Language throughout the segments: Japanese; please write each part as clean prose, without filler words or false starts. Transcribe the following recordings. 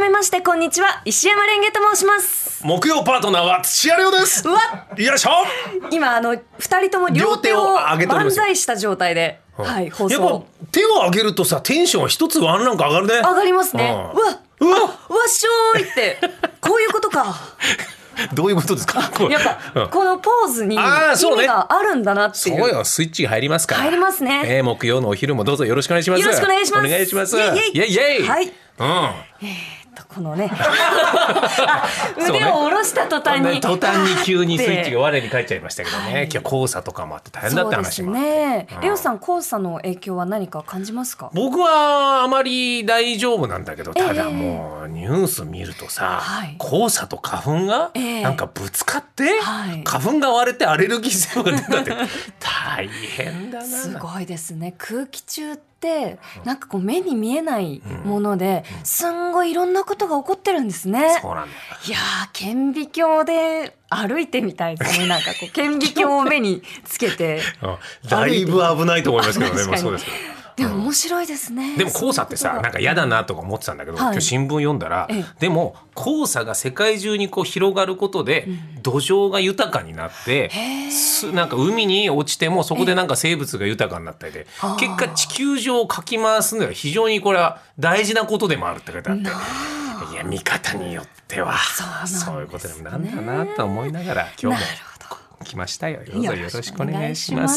めましてこんにちは、石山レンゲと申します。 木曜パートナーは土屋亮です。 うわ、 よいしょ。 今2人とも両手を万歳した状態で、はい、放送。 やっぱ手を上げるとさ、テンションは一つワンランク上がるね。 上がりますね。うわっしょーいってこういうことか。 どういうことですか。 やっぱこのポーズに意味があるんだなっていう。 そうよ、スイッチが入りますから。 入りますね。 木曜のお昼もどうぞよろしくお願いします。 よろしくお願いします。 お願いします。イエイイエイ。 はい。このね腕を下ろした途端に急にスイッチが我に返っちゃいましたけどね。今日黄砂とかもあって大変だって話もあって。 そうですね。レオさん、黄砂の影響は何か感じますか。 僕はあまり大丈夫なんだけど、ただもうニュース見るとさ、黄砂と花粉がなんかぶつかって、花粉が割れてアレルギー性が出たって大変だな。 すごいですね。空気中ってなんかこう目に見えないものですんごいいろんなことが起こってるんですね。 そうなんだ。 いやー、顕微鏡で歩いてみたいですね。なんかこう顕微鏡を目につけてだいぶ危ないと思いますけどね。もうそうですけど。 でも面白いですね。 でも黄砂ってさ、なんか嫌だなとか思ってたんだけど、今日新聞読んだら、でも黄砂が世界中にこう広がることで土壌が豊かになって、なんか海に落ちてもそこでなんか生物が豊かになったりで、結果地球上をかき回すのは非常にこれは大事なことでもあるって書いてあって、いや見方によってはそういうことでもなんだなと思いながら今日も来ましたよ。どうぞよろしくお願いします。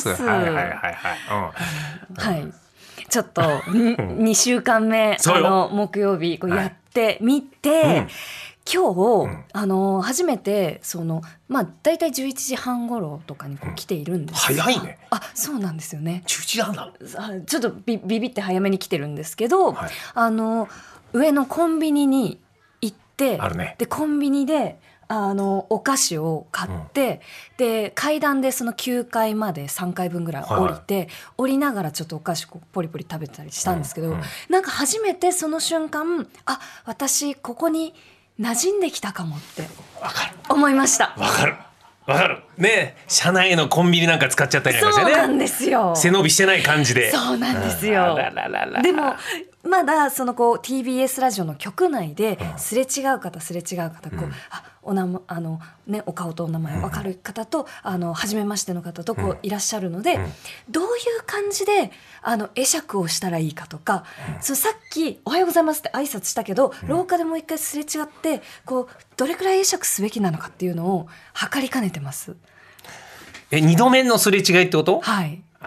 はい。 ちょっと2週間目木曜日こうやってみて、今日初めてだいたい11時半頃とかにこう来ているんですが、 早いね。 そうなんですよね。 11時半なの。ちょっとビビって早めに来てるんですけど、上のコンビニに行って、でコンビニでお菓子を買って、で階段でその9階まで3階分ぐらい降りて、降りながらちょっとお菓子ポリポリ食べたりしたんですけど、なんか初めてその瞬間、私ここに馴染んできたかもって思いました。 わかるね。社内のコンビニなんか使っちゃったりなんかしてね。 そうなんですよ。 背伸びしてない感じで。 そうなんですよ。でもまだそのTBS ラジオの局内ですれ違う方お顔とお名前分かる方と初めましての方といらっしゃるので、どういう感じで会釈をしたらいいかとか、さっきおはようございますって挨拶したけど、廊下でもう一回すれ違ってどれくらい会釈すべきなのかっていうのを測りかねてます。 2度目のすれ違いってこと？ はい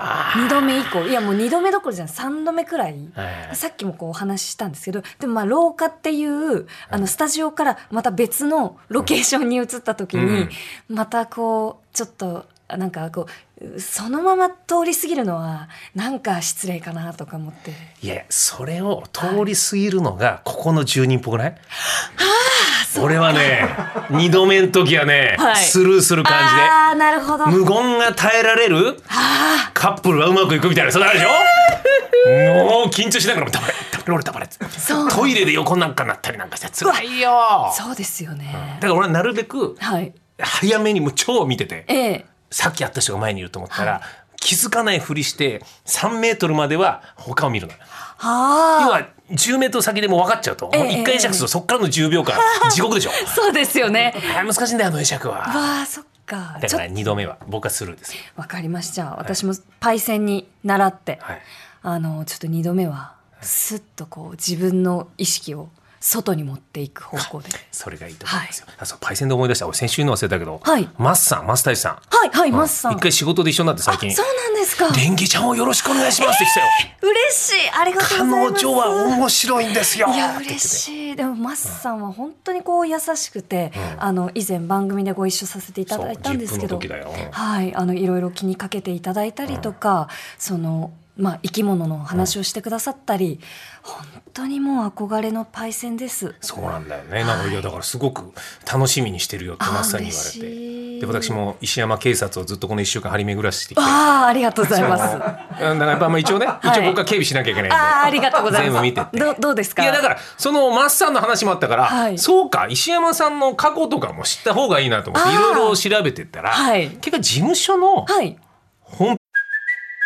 。2度目以降、いやもう2度目どころじゃない、3度目くらい、さっきもお話ししたんですけど、でも廊下っていうスタジオからまた別のロケーションに移った時に、またちょっとなんかそのまま通り過ぎるのはなんか失礼かなとか思って。 いや、それを通り過ぎるのがここの住人っぽくない？俺はね2度目の時はね、スルーする感じで、 なるほど、 無言が耐えられるカップルはうまくいくみたいな、そうなるでしょ。もう緊張しながらも黙れトイレで横なんかなったりなんかして辛いよ。 そうですよね。 だから俺はなるべく早めにもう超見てて、さっきやった人が前にいると思ったら、気づかないふりして3メートルまでは他を見るの。要は10メートル先でも分かっちゃうと、1回会釈するとそっからの10秒間地獄でしょ。 そうですよね。 難しいんだよ会釈は。 そっか。 だから2度目は僕はスルーです。 わかりました。私もパイセンに習って、ちょっと2度目はスッと自分の意識を外に持っていく方向で。 それがいいと思いますよ。パイセンで思い出した。俺先週の忘れたけど、マス大地さん。 マスさん。 一回仕事で一緒になって最近。 そうなんですか。 レンゲちゃんをよろしくお願いしますって来たよ。 嬉しい。ありがとうございます。 彼女は面白いんですよ。 いや嬉しい。でもマスさんは本当に優しくて、以前番組でご一緒させていただいたんですけど、いろいろ気にかけていただいたりとか、生き物の話をしてくださったり、本当にもう憧れのパイセンです。 そうなんだよね。なんかいやだからすごく楽しみにしてるよってマスさんに言われて、で私も石山警察をずっとこの1週間張り巡らしてきて、 ありがとうございます。 だからやっぱ一応僕は警備しなきゃいけないんで、 ありがとうございます。 全部見てって。 どうですか。 いやだからそのマスさんの話もあったから、そうか石山さんの過去とかも知った方がいいなと思っていろいろ調べてったら、結果事務所のホーム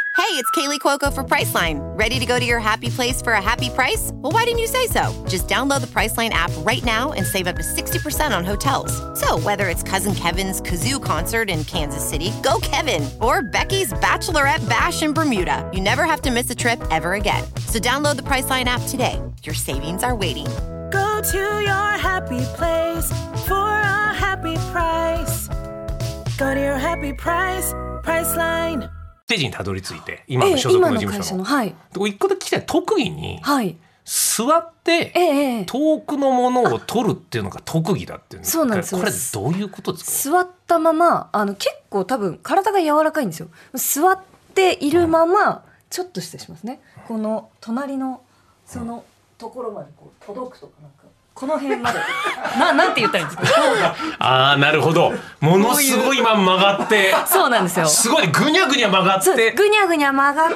it's Kaylee Cuoco for Priceline. Ready to go to your happy place for a happy price? Well, why didn't you say so? Just download the Priceline app right now and save up to 60% on hotels. So whether it's Cousin Kevin's Kazoo Concert in Kansas City, go Kevin, or Becky's Bachelorette Bash in Bermuda, you never have to miss a trip ever again. So download the Priceline app today. Your savings are waiting. Go to your happy place for a happy price. Go to your happy price, Priceline. ステージにたどり着いて、今の所属の事務所の。 はい。 一個だけ聞きたい、特技に、 はい、 座って、遠くのものを取るっていうのが特技だっていう。 そうなんですよ。 これどういうことですか？座ったまま、結構多分体が柔らかいんですよ。座っているまま、ちょっと失礼しますね。この隣のそのところまでこう届くとかなんか。この辺までなんて言ったらいいんですか？ ああ、なるほど。ものすごい今曲がってそうなんですよ。 すごいぐにゃぐにゃ曲がってぐにゃぐにゃ曲がって、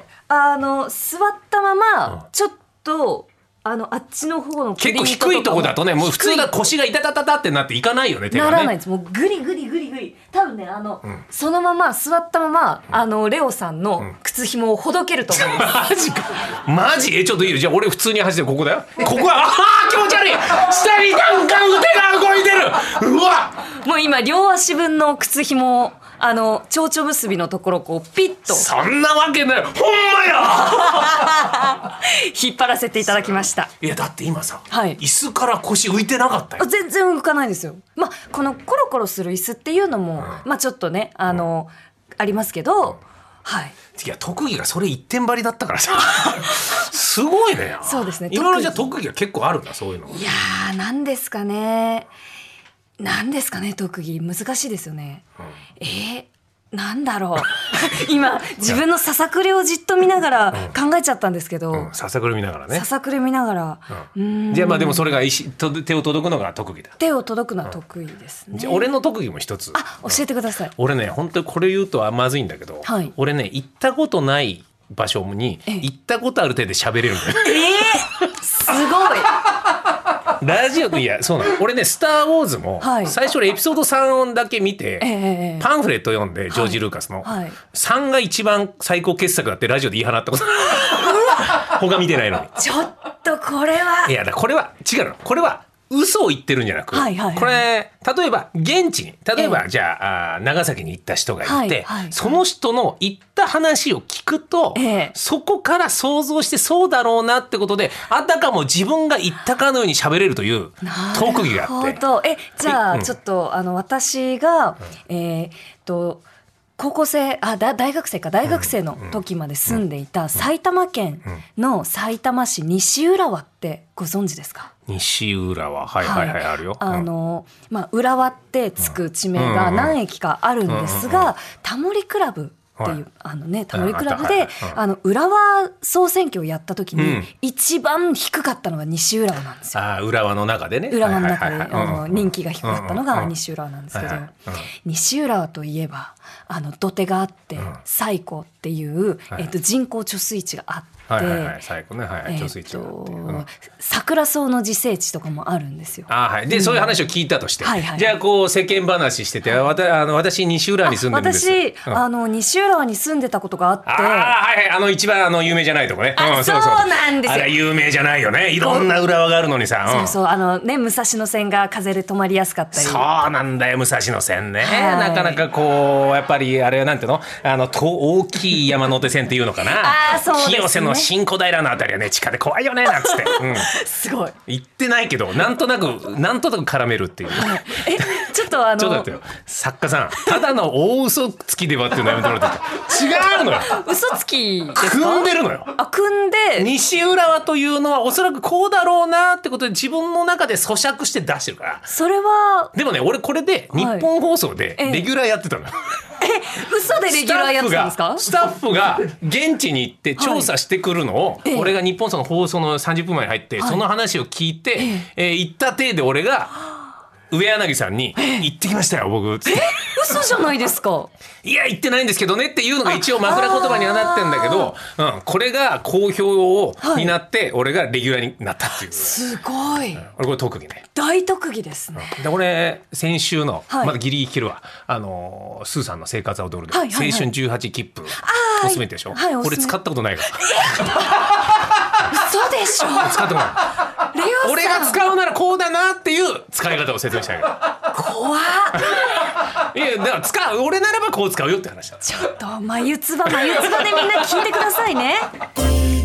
座ったままちょっとあっちの方の結構低いとこだとね、もう普通が腰がいたたたたってなっていかないよね、手がね。 ならないです。もうグリグリグリグリ。多分ね、そのまま座ったままレオさんの靴紐をほどけると思います。 マジか。マジ？ちょっといいよ。じゃあ俺普通に走ってここだよ。ここは気持ち悪い。下にガンガン腕が動いてる。うわ。 もう今両足分の靴紐を蝶々結びのところこうピッと。 そんなわけない。ほんまや。 引っ張らせていただきました。 いやだって今さ、 はい、 椅子から腰浮いてなかったよ。 全然動かないですよ。このコロコロする椅子っていうのも、ちょっとねありますけど、はい。 いや特技がそれ一点張りだったからさすごいね。 そうですね。 いろいろじゃあ特技が結構あるんだ、そういうの。 いやー、なんですかね。特技難しいですよね。なんだろう今自分のささくれをじっと見ながら考えちゃったんですけど、 ささくれ見ながらね。 ささくれ見ながら、 じゃあでもそれが手を届くのが特技だ。 手を届くのは得意ですね。 じゃあ俺の特技も一つ。 教えてください。 俺ね、本当にこれ言うとまずいんだけど、はい、俺ね行ったことない場所に行ったことある程度喋れるんだよ。 すごい。 ラジオいやそうなの。俺ねスター・ウォーズも最初エピソード3だけ見て、パンフレット読んでジョージ・ルーカスの、3が一番最高傑作だってラジオで言い放ったこと他見てないのに。 ちょっとこれはいやこれは違うの。これは嘘を言ってるんじゃなく、これ例えば現地にじゃあ長崎に行った人がいて、その人の言った話を聞くと、そこから想像してそうだろうなってことであたかも自分が言ったかのように喋れるという特技があって。 じゃあちょっと私が高校生大学生の時まで住んでいた埼玉県のさいたま市西浦和ってご存知ですか？ 西浦和、はいはいはい、あるよ。 浦和ってつく地名が何駅かあるんですが、タモリクラブっていうタモリクラブで浦和総選挙をやった時に一番低かったのが西浦和なんですよ。 浦和の中でね。 浦和の中で人気が低かったのが西浦和なんですけど、西浦和といえば土手があって西湖っていう人工貯水池があって、桜草の自生地とかもあるんですよ。 でそういう話を聞いたとして、じゃあこう世間話してて、私西浦和に住んでるんです。 私西浦和に住んでたことがあって、 一番有名じゃないとこね。 そうなんですよ。 あれ有名じゃないよね。いろんな浦和があるのにさ。 武蔵野線が風で止まりやすかったり。 そうなんだよ、武蔵野線ね。なかなかこうやっぱりあれはなんていうの、大きい山手線っていうのかな。清瀬の新小平のあたりはね地下で怖いよねなんつって、 すごい言ってないけどなんとなく絡めるっていう。 ちょっとちょっと待ってよ、作家さん、ただの大嘘つきではっていうのやめてもらって違うのよ。 嘘つきですか？ 組んでるのよ。 組んで西浦和というのはおそらくこうだろうなってことで自分の中で咀嚼して出してるから。 それはでもね、俺これで日本放送でレギュラーやってたのよ。 嘘でレギュラーやってたんですか？ スタッフが現地に行って調査してくるのを、俺が日本の放送の30分前に入って、その話を聞いて、行った体で俺が上柳さんに行ってきましたよ僕って。 嘘じゃないですか。 いや言ってないんですけどねっていうのが一応枕言葉にはなってんだけど、これが好評になって俺がレギュラーになったっていう。 すごい。 俺これ特技ね。 大特技ですね。 で俺先週のまだギリギリいけるわ、スーさんの生活は踊るで青春18切符コスメでしょ、 はい、 俺使ったことないから嘘でしょ。 使ってもらう。俺が使うならこうだなっていう使い方を説明したいから。 怖っ。 いやだから俺ならばこう使うよって話だ。 ちょっと眉唾でみんな聞いてくださいね。